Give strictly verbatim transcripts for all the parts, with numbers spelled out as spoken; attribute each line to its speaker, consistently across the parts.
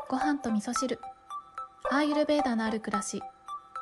Speaker 1: ご飯と味噌汁、アーユルヴェーダのある暮らし。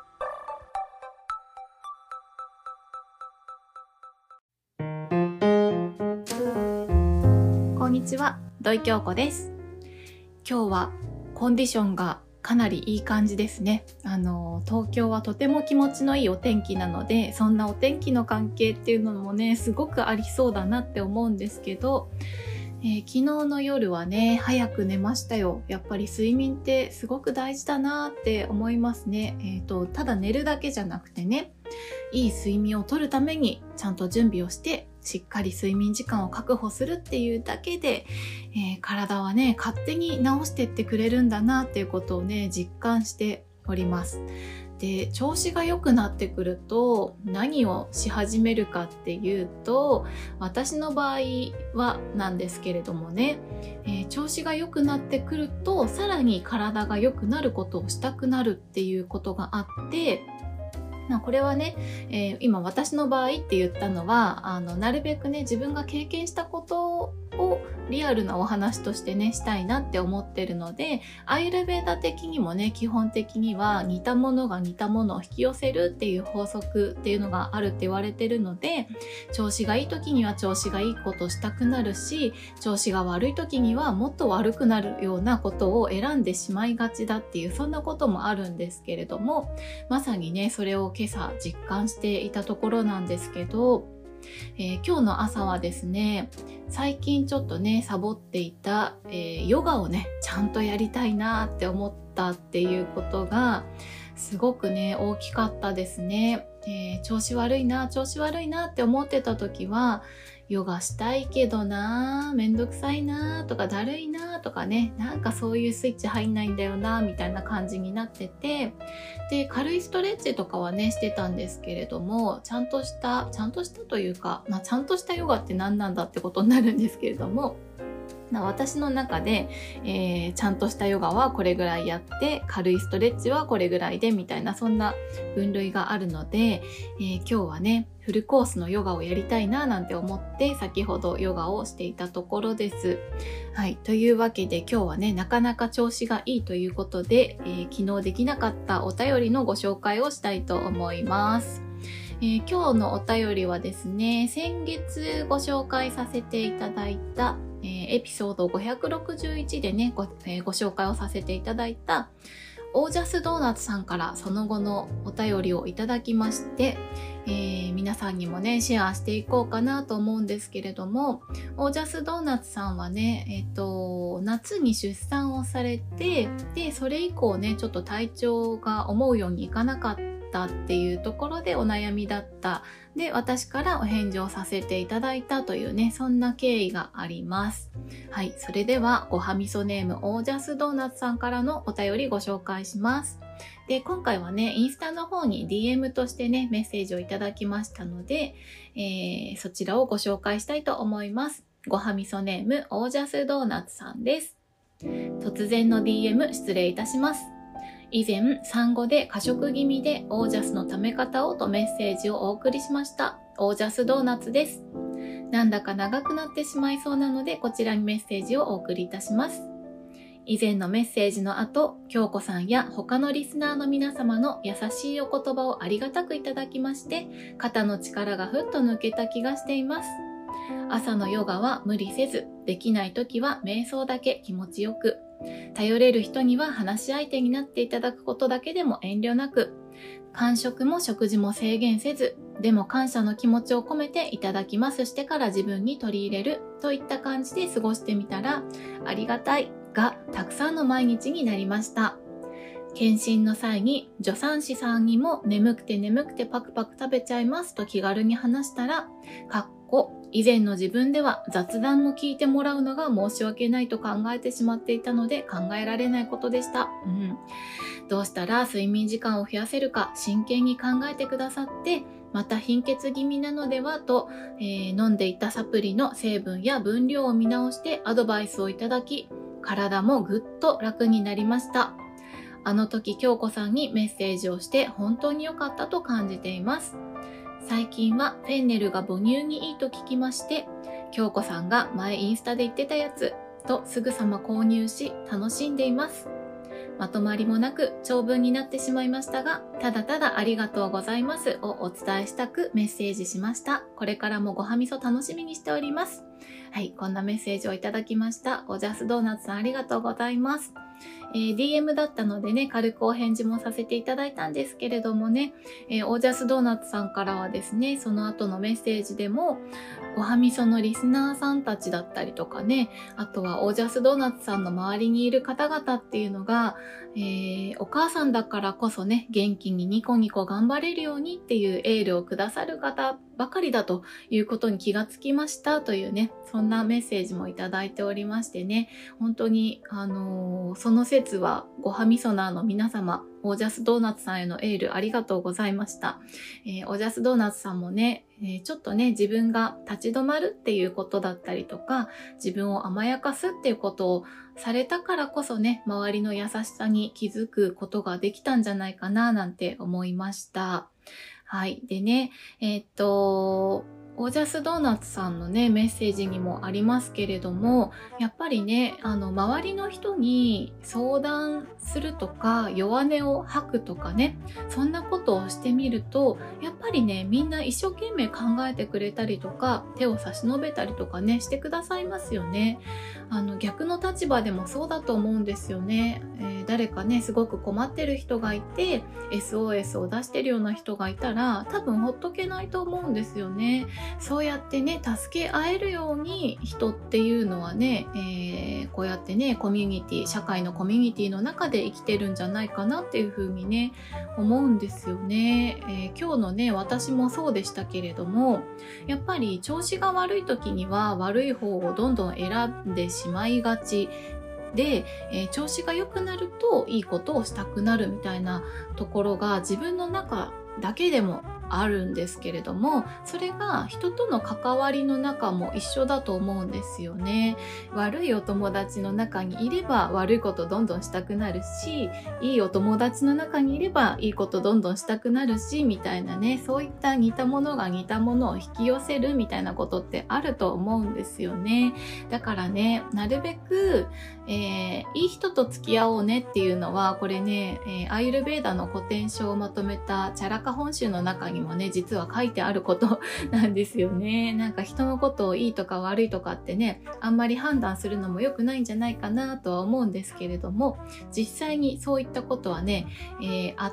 Speaker 1: こんにちは、土井京子です。今日はコンディションがかなりいい感じですね。あの東京はとても気持ちのいいお天気なので、そんなお天気の関係っていうのもねすごくありそうだなって思うんですけど、えー、昨日の夜はね早く寝ましたよ。やっぱり睡眠ってすごく大事だなって思いますね。えーと、ただ寝るだけじゃなくてね、いい睡眠をとるためにちゃんと準備をしてしっかり睡眠時間を確保するっていうだけで、えー、体はね勝手に治してってくれるんだなっていうことをね実感しております。で、調子が良くなってくると何をし始めるかっていうと、私の場合はなんですけれどもね、えー、調子が良くなってくるとさらに体が良くなることをしたくなるっていうことがあって、これはね、えー、今私の場合って言ったのはあのなるべくね自分が経験したことをリアルなお話としてねしたいなって思ってるので、アーユルヴェーダ的にもね基本的には似たものが似たものを引き寄せるっていう法則っていうのがあるって言われてるので、調子がいい時には調子がいいことをしたくなるし、調子が悪い時にはもっと悪くなるようなことを選んでしまいがちだっていう、そんなこともあるんですけれども、まさにねそれを今朝実感していたところなんですけど、えー、今日の朝はですね、最近ちょっとねサボっていた、えー、ヨガをねちゃんとやりたいなって思ったっていうことがすごくね大きかったですね。えー、調子悪いな調子悪いなって思ってた時は、ヨガしたいけどな、めんどくさいなとかだるいなとかね、なんかそういうスイッチ入んないんだよなみたいな感じになってて、で軽いストレッチとかはねしてたんですけれども、ちゃんとしたちゃんとしたというか、まあ、ちゃんとしたヨガって何なんだってことになるんですけれども、私の中で、えー、ちゃんとしたヨガはこれぐらいやって、軽いストレッチはこれぐらいでみたいな、そんな分類があるので、えー、今日はねフルコースのヨガをやりたいななんて思って先ほどヨガをしていたところです。はい、というわけで今日はねなかなか調子がいいということで、えー、昨日できなかったお便りのご紹介をしたいと思います。えー、今日のお便りはですね、先月ご紹介させていただいたえー、エピソードごひゃくろくじゅういちでね ご,、えー、ご紹介をさせていただいたオージャスドーナツさんからその後のお便りをいただきまして、えー、皆さんにもねシェアしていこうかなと思うんですけれども、オージャスドーナツさんはね、えーと、夏に出産をされて、でそれ以降ねちょっと体調が思うようにいかなかったっていうところでお悩みだった。で、私からお返事をさせていただいたというね、そんな経緯があります。はい、それではごはみそネームオージャスドーナツさんからのお便りご紹介します。で、今回はねインスタの方に ディーエム としてねメッセージをいただきましたので、えー、そちらをご紹介したいと思います。ごはみそネームオージャスドーナツさんです。突然の ディーエム 失礼いたします。以前産後で過食気味でオージャスのため方をとメッセージをお送りしました。オージャスドーナツです。なんだか長くなってしまいそうなのでこちらにメッセージをお送りいたします。以前のメッセージの後、京子さんや他のリスナーの皆様の優しいお言葉をありがたくいただきまして、肩の力がふっと抜けた気がしています。朝のヨガは無理せず、できない時は瞑想だけ気持ちよく、頼れる人には話し相手になっていただくことだけでも遠慮なく、間食も食事も制限せず、でも感謝の気持ちを込めていただきますしてから自分に取り入れるといった感じで過ごしてみたら、ありがたいがたくさんの毎日になりました。検診の際に助産師さんにも眠くて眠くてパクパク食べちゃいますと気軽に話したら、かっこ以前の自分では雑談も聞いてもらうのが申し訳ないと考えてしまっていたので考えられないことでした。うん、どうしたら睡眠時間を増やせるか真剣に考えてくださって、また貧血気味なのではと、えー、飲んでいたサプリの成分や分量を見直してアドバイスをいただき、体もぐっと楽になりました。あの時京子さんにメッセージをして本当に良かったと感じています。最近はフェンネルが母乳にいいと聞きまして、京子さんが前インスタで言ってたやつ、 とすぐさま購入し楽しんでいます。まとまりもなく長文になってしまいましたが、ただただありがとうございますをお伝えしたくメッセージしました。これからもごはみそ楽しみにしております。はい、こんなメッセージをいただきました。オージャスドーナツさん、ありがとうございます。えー、ディーエム だったのでね、軽くお返事もさせていただいたんですけれどもね、えー、オージャスドーナツさんからはですね、その後のメッセージでも、ごはみそのリスナーさんたちだったりとかね、あとはオージャスドーナツさんの周りにいる方々っていうのが、えー、お母さんだからこそね、元気にニコニコ頑張れるようにっていうエールをくださる方ばかりだということに気がつきましたというね、そんなメッセージもいただいておりましてね、本当に、あのー、その説はごはみそナーの皆様、オージャスドーナツさんへのエールありがとうございました。えー、オージャスドーナツさんもね、えー、ちょっとね、自分が立ち止まるっていうことだったりとか、自分を甘やかすっていうことをされたからこそね、周りの優しさに気づくことができたんじゃないかななんて思いました。はい。でね、えー、っと、オージャスドーナツさんのね、メッセージにもありますけれども、やっぱりね、あの、周りの人に相談するとか、弱音を吐くとかね、そんなことをしてみると、やっぱりね、みんな一生懸命考えてくれたりとか、手を差し伸べたりとかね、してくださいますよね。あの、逆の立場でもそうだと思うんですよね。えー、誰かね、すごく困ってる人がいて、エスオーエス を出してるような人がいたら、多分ほっとけないと思うんですよね。そうやってね、助け合えるように人っていうのはね、えー、こうやってね、コミュニティ、社会のコミュニティの中で生きてるんじゃないかなっていうふうにね、思うんですよね。えー、今日のね、私もそうでしたけれども、やっぱり調子が悪い時には悪い方をどんどん選んでしまいがちで、えー、調子が良くなるといいことをしたくなるみたいなところが自分の中だけでもあるんですけれども、それが人との関わりの中も一緒だと思うんですよね。悪いお友達の中にいれば悪いことどんどんしたくなるし、いいお友達の中にいればいいことどんどんしたくなるし、みたいなね、そういった似たものが似たものを引き寄せるみたいなことってあると思うんですよね。だからね、なるべく、えー、いい人と付き合おうねっていうのは、これね、えー、アイルベーダの古典書をまとめたチャラカ本集の中にもね、実は書いてあることなんですよね。なんか人のことをいいとか悪いとかってね、あんまり判断するのも良くないんじゃないかなとは思うんですけれども、実際にそういったことはね、えー、あって、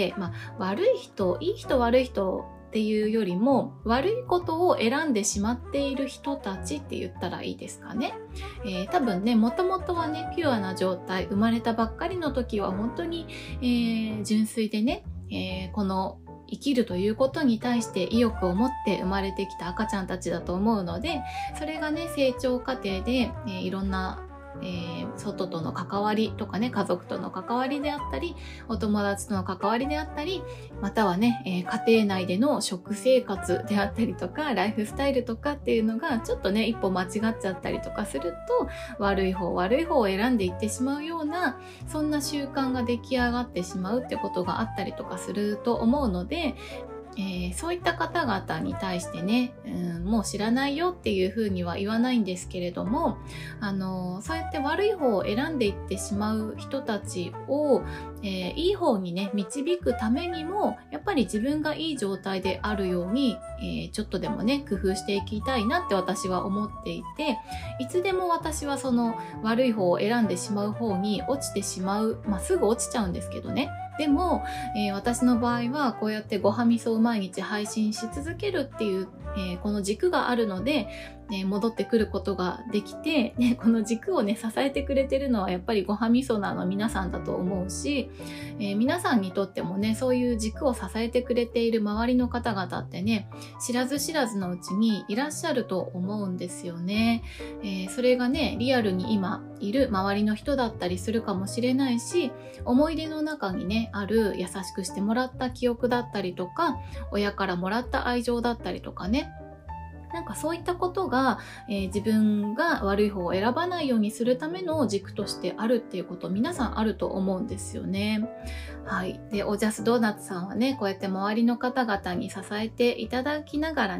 Speaker 1: まあ、悪い人、いい人悪い人っていうよりも悪いことを選んでしまっている人たちって言ったらいいですかね。えー、多分ね、もともとはね、ピュアな状態、生まれたばっかりの時は本当に、えー、純粋でね、えー、この生きるということに対して意欲を持って生まれてきた赤ちゃんたちだと思うので、それがね、成長過程で、えー、いろんなえー、外との関わりとかね、家族との関わりであったり、お友達との関わりであったり、またはね、えー、家庭内での食生活であったりとか、ライフスタイルとかっていうのがちょっとね、一歩間違っちゃったりとかすると、悪い方悪い方を選んでいってしまうような、そんな習慣が出来上がってしまうってことがあったりとかすると思うので、えー、そういった方々に対してね、うん、もう知らないよっていうふうには言わないんですけれども、あのー、そうやって悪い方を選んでいってしまう人たちを、えー、いい方にね、導くためにも、やっぱり自分がいい状態であるように、えー、ちょっとでもね、工夫していきたいなって私は思っていて、いつでも私はその悪い方を選んでしまう方に落ちてしまう、まあ、すぐ落ちちゃうんですけどね。でも、えー、私の場合はこうやってごはみそを毎日配信し続けるっていう、えー、この軸があるので、ね、戻ってくることができて、ね、この軸をね、支えてくれてるのはやっぱりごはみそなの皆さんだと思うし、えー、皆さんにとってもね、そういう軸を支えてくれている周りの方々ってね、知らず知らずのうちにいらっしゃると思うんですよね。えー、それがね、リアルに今いる周りの人だったりするかもしれないし、思い出の中にね、ある優しくしてもらった記憶だったりとか、親からもらった愛情だったりとかね、なんかそういったことが、えー、自分が悪い方を選ばないようにするための軸としてあるっていうこと皆さんあると思うんですよね。はい。で、オージャスドーナツさんはね、こうやって周りの方々に支えていただきながらね、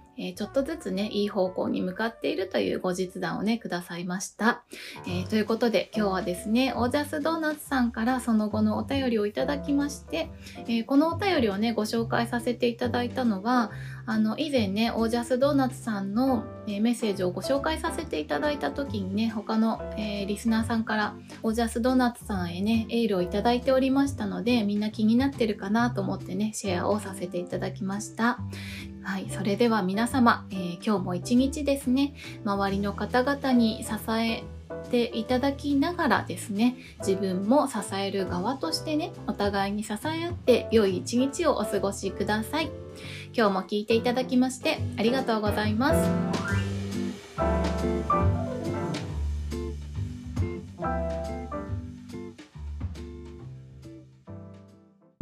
Speaker 1: えー、ちょっとずつね、いい方向に向かっているというご実談をね、くださいました。えー、ということで、今日はですね、オージャスドーナツさんからその後のお便りをいただきまして、えー、このお便りをね、ご紹介させていただいたのは、あの、以前ね、オージャスドーナツさんの、えー、メッセージをご紹介させていただいた時にね、他の、えー、リスナーさんからオージャスドーナツさんへね、エールをいただいておりましたので、みんな気になってるかなと思ってね、シェアをさせていただきました。はい、それでは皆様、えー、今日も一日ですね、周りの方々に支えていただきながらですね、自分も支える側としてね、お互いに支え合って良い一日をお過ごしください。今日も聞いていただきましてありがとうございます。